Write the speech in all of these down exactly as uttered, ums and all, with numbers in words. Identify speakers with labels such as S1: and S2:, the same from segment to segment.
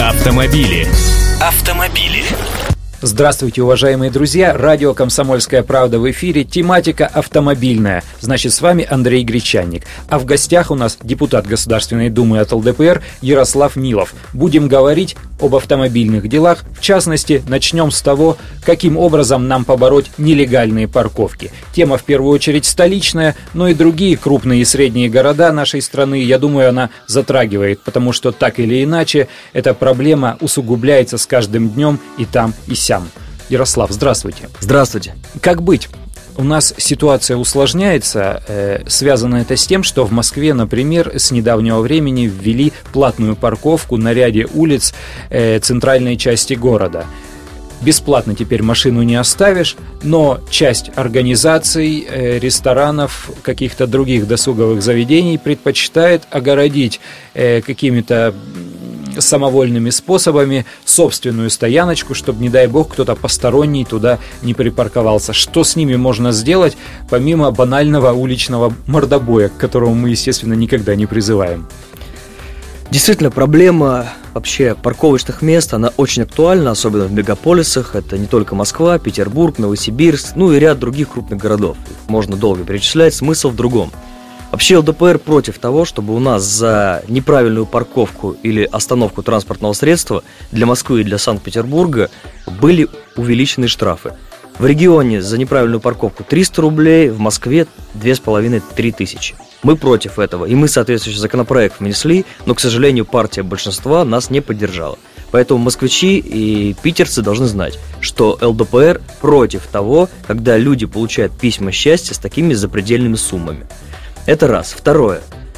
S1: Автомобили. Автомобили.
S2: Здравствуйте, уважаемые друзья! Радио «Комсомольская правда» в эфире. Тематика автомобильная. Значит, с вами Андрей Гречанник. А в гостях у нас депутат Государственной Думы от эл дэ пэ эр Ярослав Нилов. Будем говорить об автомобильных делах. В частности, начнем с того, каким образом нам побороть нелегальные парковки. Тема в первую очередь столичная, но и другие крупные и средние города нашей страны, я думаю, она затрагивает, потому что так или иначе эта проблема усугубляется с каждым днем и там, и сям. Ярослав, здравствуйте.
S3: Здравствуйте.
S2: Как быть? У нас ситуация усложняется. Э, связано это с тем, что в Москве, например, с недавнего времени ввели платную парковку на ряде улиц э, центральной части города. Бесплатно теперь машину не оставишь, но часть организаций, э, ресторанов, каких-то других досуговых заведений предпочитает огородить э, какими-то самовольными способами собственную стояночку, чтобы, не дай бог, кто-то посторонний туда не припарковался. Что с ними можно сделать, помимо банального уличного мордобоя, к которому мы, естественно, никогда не призываем?
S3: Действительно, проблема вообще парковочных мест, она очень актуальна, особенно в мегаполисах. Это не только Москва, Петербург, Новосибирск, ну и ряд других крупных городов. Их можно долго перечислять, смысл в другом. Вообще эл дэ пэ эр против того, чтобы у нас за неправильную парковку или остановку транспортного средства для Москвы и для Санкт-Петербурга были увеличены штрафы. В регионе за неправильную парковку триста рублей, в Москве две с половиной - три тысячи. Мы против этого, и мы соответствующий законопроект внесли, но, к сожалению, партия большинства нас не поддержала. Поэтому москвичи и питерцы должны знать, что эл дэ пэ эр против того, когда люди получают письма счастья с такими запредельными суммами. Это раз. Второе.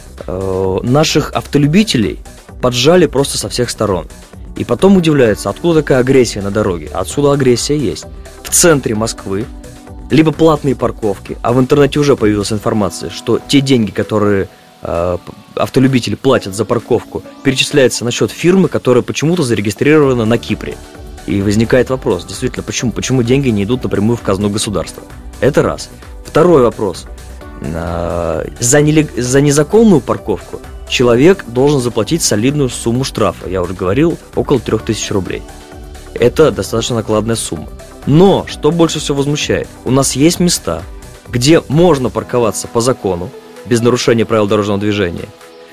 S3: Э, наших автолюбителей поджали просто со всех сторон. И потом удивляются, откуда такая агрессия на дороге. Отсюда агрессия есть. В центре Москвы либо платные парковки, а в интернете уже появилась информация, что те деньги, которые э, автолюбители платят за парковку, перечисляются на счет фирмы, которая почему-то зарегистрирована на Кипре. И возникает вопрос, действительно, почему, почему деньги не идут напрямую в казну государства? Это раз. Второй вопрос. За, нелег... за незаконную парковку человек должен заплатить солидную сумму штрафа. Я уже говорил, около трех тысяч рублей. Это достаточно накладная сумма. Но, что больше всего возмущает, у нас есть места, где можно парковаться по закону, без нарушения правил дорожного движения,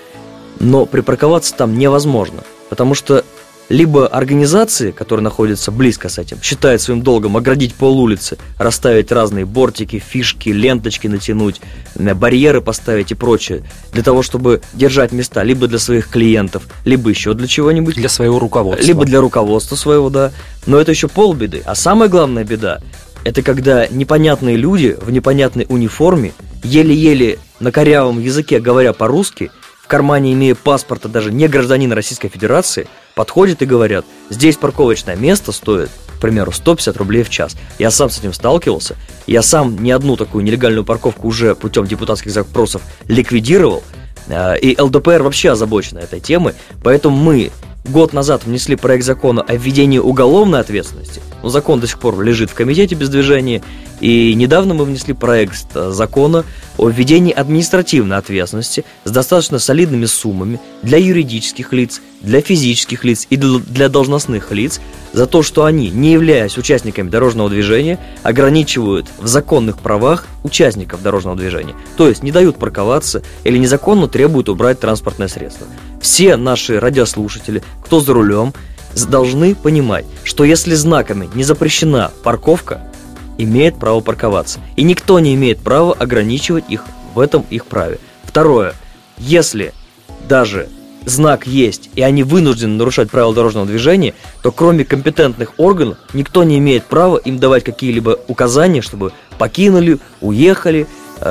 S3: но припарковаться там невозможно, потому что либо организации, которые находятся близко с этим, считают своим долгом оградить полулицы, расставить разные бортики, фишки, ленточки натянуть, барьеры поставить и прочее, для того, чтобы держать места либо для своих клиентов, либо еще для чего-нибудь.
S2: Для своего руководства.
S3: Либо для руководства своего, да. Но это еще полбеды. А самая главная беда – это когда непонятные люди в непонятной униформе, еле-еле на корявом языке говоря по-русски, в кармане имея паспорта даже не гражданина Российской Федерации, подходят и говорят: здесь парковочное место стоит, к примеру, сто пятьдесят рублей в час. Я сам с этим сталкивался. Я сам не одну такую нелегальную парковку уже путем депутатских запросов ликвидировал. И эл дэ пэ эр вообще озабочена этой темой. Поэтому мы год назад внесли проект закона о введении уголовной ответственности. Но закон до сих пор лежит в комитете без движения. И недавно мы внесли проект закона о введении административной ответственности с достаточно солидными суммами для юридических лиц, для физических лиц и для должностных лиц за то, что они, не являясь участниками дорожного движения, ограничивают в законных правах участников дорожного движения. То есть не дают парковаться или незаконно требуют убрать транспортное средство. Все наши радиослушатели, кто за рулем, должны понимать, что если знаками не запрещена парковка, имеет право парковаться. И никто не имеет права ограничивать их в этом их праве. Второе. Если даже знак есть, и они вынуждены нарушать правила дорожного движения, то кроме компетентных органов никто не имеет права им давать какие-либо указания, чтобы покинули, уехали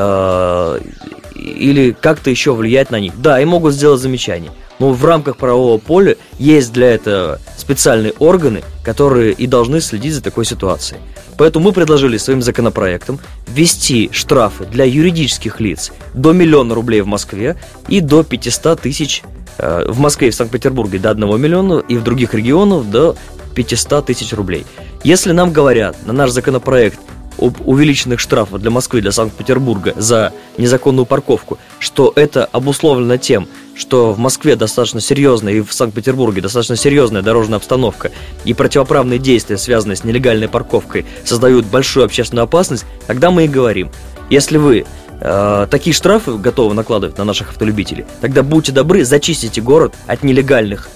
S3: э- или как-то еще влиять на них. Да, и могут сделать замечания. Но в рамках правового поля есть для этого специальные органы, которые и должны следить за такой ситуацией. Поэтому мы предложили своим законопроектом ввести штрафы для юридических лиц до миллиона рублей в Москве и до пятьсот тысяч э, в Москве и в Санкт-Петербурге до одного миллиона и в других регионах до пятьсот тысяч рублей. Если нам говорят на наш законопроект об увеличенных штрафах для Москвы, для Санкт-Петербурга за незаконную парковку, что это обусловлено тем, что в Москве достаточно серьезная и в Санкт-Петербурге достаточно серьезная дорожная обстановка, и противоправные действия, связанные с нелегальной парковкой, создают большую общественную опасность, тогда мы и говорим, если вы э, такие штрафы готовы накладывать на наших автолюбителей, тогда будьте добры, зачистите город от нелегальных,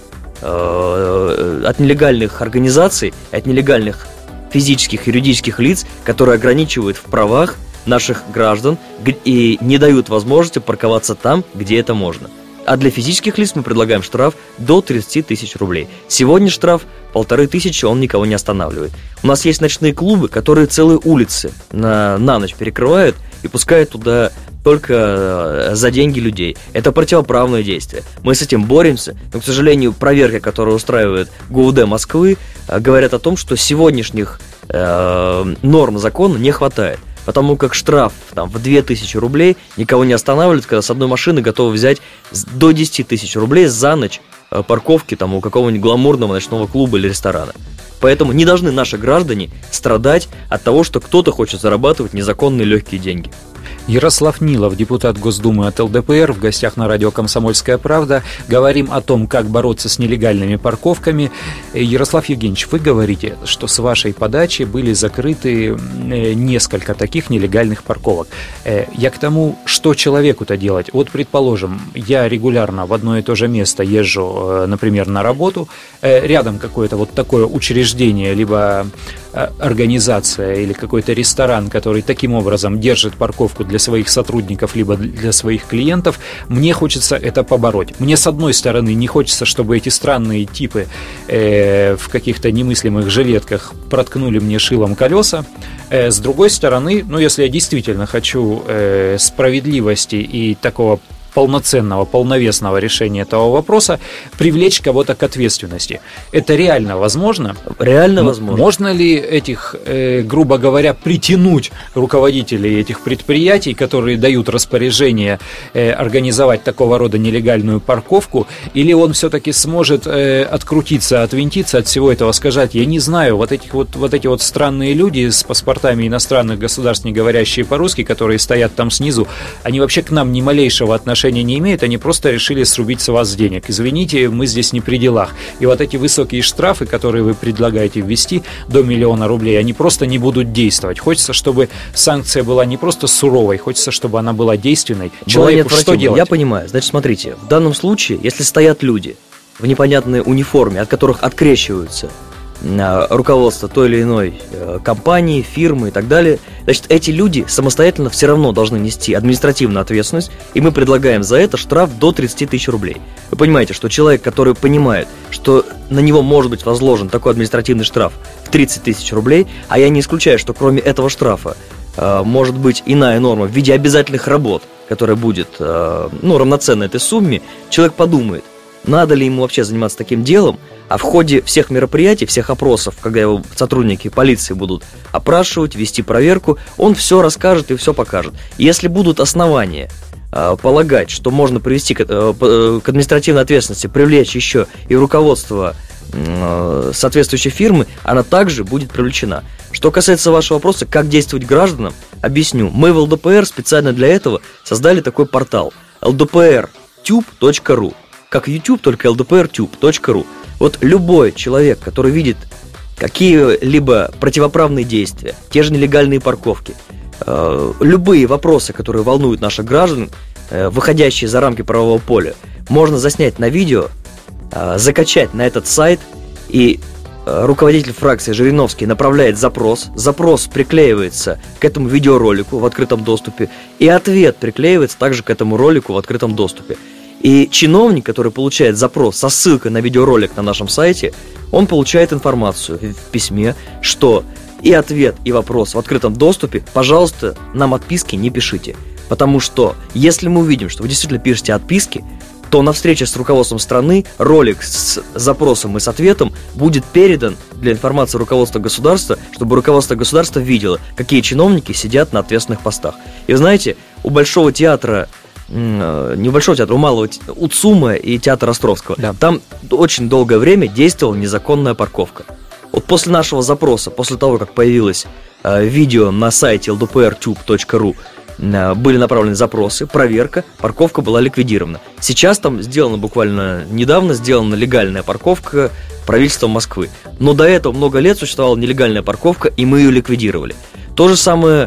S3: э, от нелегальных организаций, от нелегальных физических и юридических лиц, которые ограничивают в правах наших граждан и не дают возможности парковаться там, где это можно. А для физических лиц мы предлагаем штраф до тридцать тысяч рублей. Сегодня штраф полторы тысячи, он никого не останавливает. У нас есть ночные клубы, которые целые улицы на, на ночь перекрывают и пускают туда только за деньги людей. Это противоправное действие. Мы с этим боремся, но, к сожалению, проверки, которые устраивает ГУВД Москвы, говорят о том, что сегодняшних э, норм закона не хватает. Потому как штраф там, в две тысячи рублей никого не останавливает, когда с одной машины готовы взять до десять тысяч рублей за ночь э, парковки там, у какого-нибудь гламурного ночного клуба или ресторана. Поэтому не должны наши граждане страдать от того, что кто-то хочет зарабатывать незаконные легкие деньги.
S2: Ярослав Нилов, депутат Госдумы от эл дэ пэ эр, в гостях на радио «Комсомольская правда». Говорим о том, как бороться с нелегальными парковками. Ярослав Евгеньевич, вы говорите, что с вашей подачи были закрыты несколько таких нелегальных парковок. Я к тому, что человеку-то делать? Вот, предположим, я регулярно в одно и то же место езжу, например, на работу. Рядом какое-то вот такое учреждение, либо организация или какой-то ресторан, который таким образом держит парковку для своих сотрудников, либо для своих клиентов, мне хочется это побороть. Мне, с одной стороны, не хочется, чтобы эти странные типы э, в каких-то немыслимых жилетках проткнули мне шилом колеса. Э, с другой стороны, ну, если я действительно хочу э, справедливости и такого полноценного, полновесного решения этого вопроса, привлечь кого-то к ответственности. Это реально возможно?
S3: Реально Но возможно.
S2: Можно ли этих, э, грубо говоря, притянуть руководителей этих предприятий, которые дают распоряжение э, организовать такого рода нелегальную парковку, или он все-таки сможет э, открутиться, отвинтиться от всего этого, сказать, я не знаю, вот, этих вот, вот эти вот странные люди с паспортами иностранных государств, не говорящие по-русски, которые стоят там снизу, они вообще к нам ни малейшего отношения не имеют, они просто решили срубить с вас денег. Извините, мы здесь не при делах. И вот эти высокие штрафы, которые вы предлагаете ввести до миллиона рублей, они просто не будут действовать. Хочется, чтобы санкция была не просто суровой, хочется, чтобы она была действенной. Человеку что делать?
S3: Я понимаю. Значит, смотрите, в данном случае, если стоят люди в непонятной униформе, от которых открещиваются руководство той или иной компании, фирмы и так далее, значит, эти люди самостоятельно все равно должны нести административную ответственность, и мы предлагаем за это штраф до тридцать тысяч рублей. Вы понимаете, что человек, который понимает, что на него может быть возложен такой административный штраф в тридцать тысяч рублей, а я не исключаю, что кроме этого штрафа э, может быть иная норма в виде обязательных работ, которая будет э, ну, равноценна этой сумме, человек подумает, надо ли ему вообще заниматься таким делом, а в ходе всех мероприятий, всех опросов, когда его сотрудники полиции будут опрашивать, вести проверку, он все расскажет и все покажет. Если будут основания э, полагать, что можно привести к, э, к административной ответственности, привлечь еще и руководство э, соответствующей фирмы, она также будет привлечена. Что касается вашего вопроса, как действовать гражданам, объясню. Мы в эл дэ пэ эр специально для этого создали такой портал эл дэ пэ эр тюб точка ру. Как YouTube, только эл дэ пэ эр тюб точка ру. Вот любой человек, который видит какие-либо противоправные действия, те же нелегальные парковки, э, любые вопросы, которые волнуют наших граждан, э, выходящие за рамки правового поля, можно заснять на видео, э, закачать на этот сайт, и э, руководитель фракции Жириновский направляет запрос, запрос приклеивается к этому видеоролику в открытом доступе, и ответ приклеивается также к этому ролику в открытом доступе. И чиновник, который получает запрос со ссылкой на видеоролик на нашем сайте, он получает информацию в письме, что и ответ, и вопрос в открытом доступе, пожалуйста, нам отписки не пишите. Потому что, если мы увидим, что вы действительно пишете отписки, то на встрече с руководством страны ролик с запросом и с ответом будет передан для информации руководства государства, чтобы руководство государства видело, какие чиновники сидят на ответственных постах. И вы знаете, у Большого театра, не у Большого театра, у Малого, у ЦУМа и театра Островского, да, там очень долгое время действовала незаконная парковка. Вот после нашего запроса, после того, как появилась видео на сайте эл дэ пэ эр тюб точка ру были направлены запросы, проверка, парковка была ликвидирована. Сейчас там сделана буквально недавно сделана легальная парковка правительством Москвы. Но до этого много лет существовала нелегальная парковка, и мы ее ликвидировали. То же самое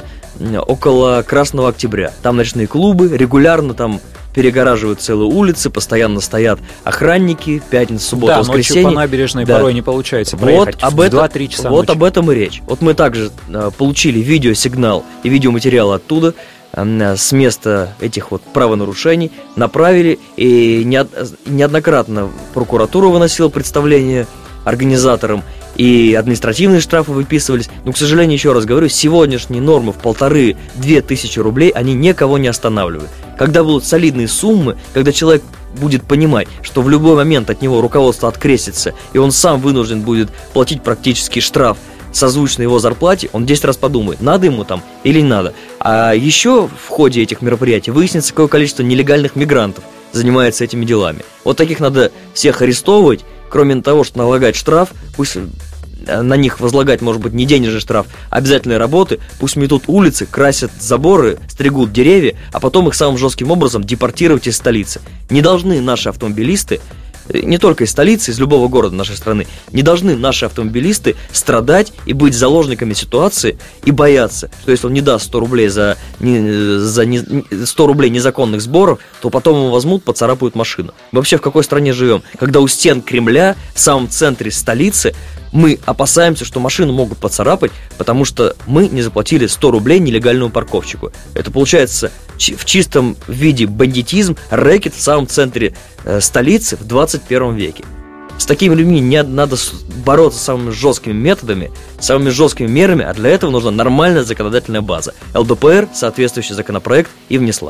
S3: около Красного Октября. Там ночные клубы, регулярно там перегораживают целые улицы, постоянно стоят охранники, пятница, суббота,
S2: да,
S3: воскресенье.
S2: Да, ночью по набережной да. порой не получается
S3: проехать
S2: вот об
S3: в
S2: два-три часа
S3: Вот
S2: ночи.
S3: об этом и речь. Вот мы также э, получили видеосигнал и видеоматериал оттуда, э, с места этих вот правонарушений, направили, и неод, неоднократно прокуратура выносила представление организаторам, и административные штрафы выписывались. Но, к сожалению, еще раз говорю, сегодняшние нормы в полторы-две тысячи рублей, они никого не останавливают. Когда будут солидные суммы, когда человек будет понимать, что в любой момент от него руководство открестится, и он сам вынужден будет платить практически штраф, созвучно его зарплате, он десять раз подумает, надо ему там или не надо. А еще в ходе этих мероприятий выяснится, какое количество нелегальных мигрантов занимается этими делами. Вот таких надо всех арестовывать. Кроме того, что налагать штраф, пусть на них возлагать, может быть, не денежный штраф, а обязательные работы, пусть метут улицы, красят заборы, стригут деревья, а потом их самым жестким образом депортировать из столицы. Не должны наши автомобилисты, не только из столицы, из любого города нашей страны, не должны наши автомобилисты страдать и быть заложниками ситуации и бояться, что если он не даст сто рублей за, не, за не, сто рублей незаконных сборов, то потом его возьмут, поцарапают машину. Мы вообще в какой стране живем? Когда у стен Кремля, в самом центре столицы, мы опасаемся, что машину могут поцарапать, потому что мы не заплатили сто рублей нелегальному парковщику. Это получается в чистом виде бандитизм, рэкет в самом центре э, столицы в двадцать первом веке. С такими людьми не надо бороться самыми жесткими методами, самыми жесткими мерами, а для этого нужна нормальная законодательная база. эл дэ пэ эр соответствующий законопроект и внесла.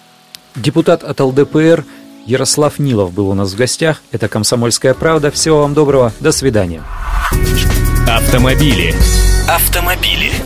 S2: Депутат от эл дэ пэ эр Ярослав Нилов был у нас в гостях. Это «Комсомольская правда». Всего вам доброго. До свидания.
S1: Автомобили. Автомобили.